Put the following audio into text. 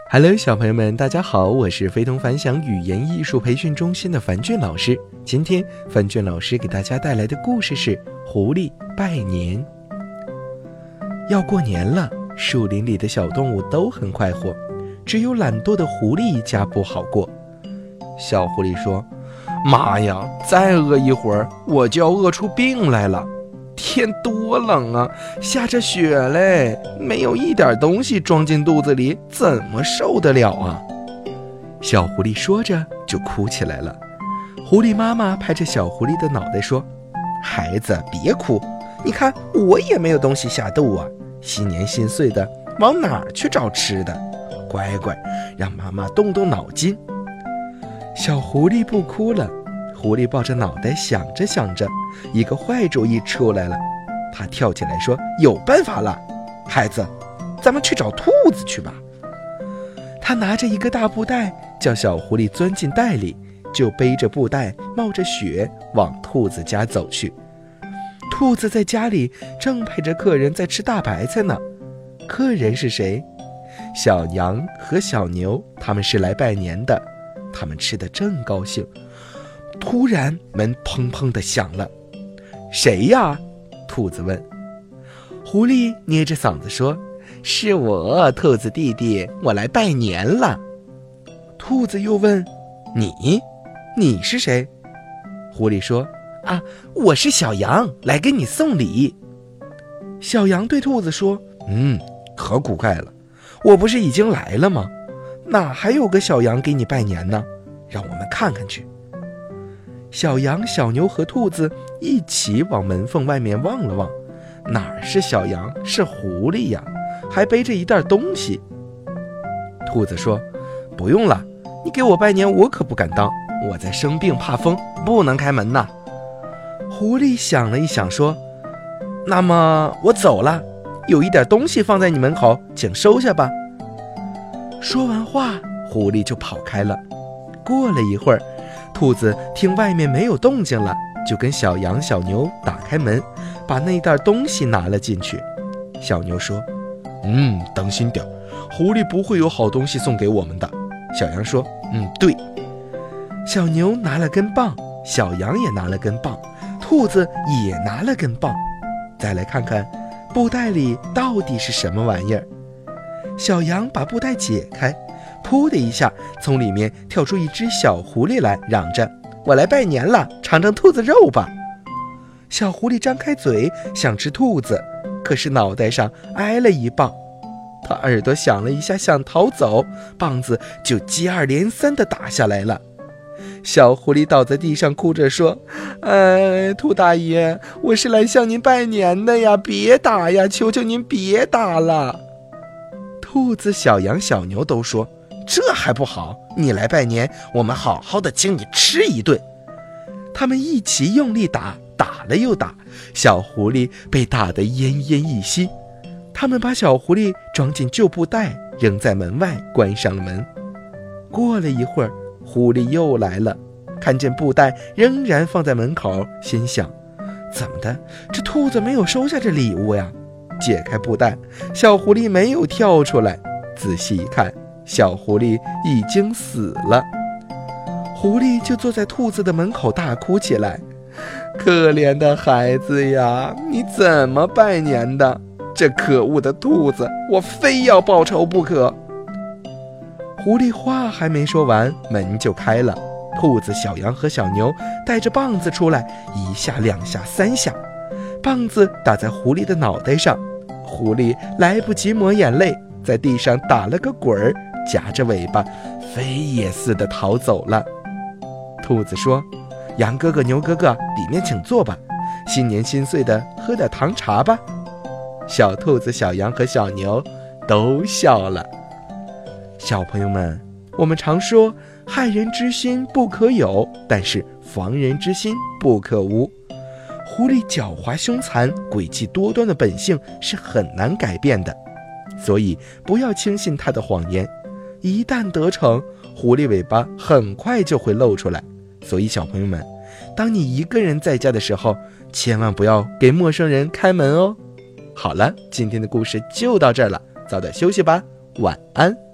Hello， 小朋友们，大家好，我是非同凡响语言艺术培训中心的樊俊老师。今天樊俊老师给大家带来的故事是狐狸拜年。要过年了，树林里的小动物都很快活，只有懒惰的狐狸一家不好过。小狐狸说：妈呀，再饿一会儿我就要饿出病来了，天多冷啊，下着雪嘞，没有一点东西装进肚子里，怎么受得了啊？小狐狸说着就哭起来了。狐狸妈妈拍着小狐狸的脑袋说：孩子别哭，你看我也没有东西下肚啊，新年新岁的往哪儿去找吃的？乖乖，让妈妈动动脑筋。小狐狸不哭了，狐狸抱着脑袋想着想着，一个坏主意出来了。他跳起来说：有办法了，孩子，咱们去找兔子去吧。他拿着一个大布袋，叫小狐狸钻进袋里，就背着布袋冒着雪往兔子家走去。兔子在家里正陪着客人在吃大白菜呢。客人是谁？小羊和小牛，他们是来拜年的。他们吃得正高兴，突然门砰砰地响了。谁呀？兔子问。狐狸捏着嗓子说：是我，兔子弟弟，我来拜年了。兔子又问：你是谁？狐狸说：啊，我是小羊，来给你送礼。小羊对兔子说：可古怪了，我不是已经来了吗？哪还有个小羊给你拜年呢？让我们看看去。小羊、小牛和兔子一起往门缝外面望了望，哪儿是小羊，是狐狸呀，还背着一袋东西。兔子说：不用了，你给我拜年我可不敢当，我在生病怕风，不能开门呐。狐狸想了一想说：那么我走了，有一点东西放在你门口，请收下吧。说完话，狐狸就跑开了。过了一会儿，兔子听外面没有动静了，就跟小羊、小牛打开门，把那袋东西拿了进去。小牛说：当心点，狐狸不会有好东西送给我们的。小羊说：对。小牛拿了根棒，小羊也拿了根棒，兔子也拿了根棒。再来看看布袋里到底是什么玩意儿。小羊把布袋解开，噗的一下，从里面跳出一只小狐狸来，嚷着：我来拜年了，尝尝兔子肉吧。小狐狸张开嘴想吃兔子，可是脑袋上挨了一棒。他耳朵响了一下想逃走，棒子就接二连三地打下来了。小狐狸倒在地上哭着说：兔大爷，我是来向您拜年的呀，别打呀，求求您别打了。兔子、小羊、小牛都说：这还不好，你来拜年，我们好好的请你吃一顿。他们一起用力打，打了又打，小狐狸被打得奄奄一息。他们把小狐狸装进旧布袋，扔在门外，关上了门。过了一会儿，狐狸又来了，看见布袋仍然放在门口，心想：怎么的，这兔子没有收下这礼物呀？解开布袋，小狐狸没有跳出来，仔细一看，小狐狸已经死了。狐狸就坐在兔子的门口大哭起来：可怜的孩子呀，你怎么拜年的？这可恶的兔子，我非要报仇不可。狐狸话还没说完，门就开了。兔子、小羊和小牛带着棒子出来，一下两下三下，棒子打在狐狸的脑袋上，狐狸来不及抹眼泪，在地上打了个滚儿，夹着尾巴飞也似的逃走了。兔子说：羊哥哥、牛哥哥，里面请坐吧，新年新岁的喝点糖茶吧。小兔子、小羊和小牛都笑了。小朋友们，我们常说害人之心不可有，但是防人之心不可无。狐狸狡猾凶残、诡计多端的本性是很难改变的，所以不要轻信它的谎言。一旦得逞，狐狸尾巴很快就会露出来。所以小朋友们，当你一个人在家的时候，千万不要给陌生人开门哦。好了，今天的故事就到这儿了，早点休息吧，晚安。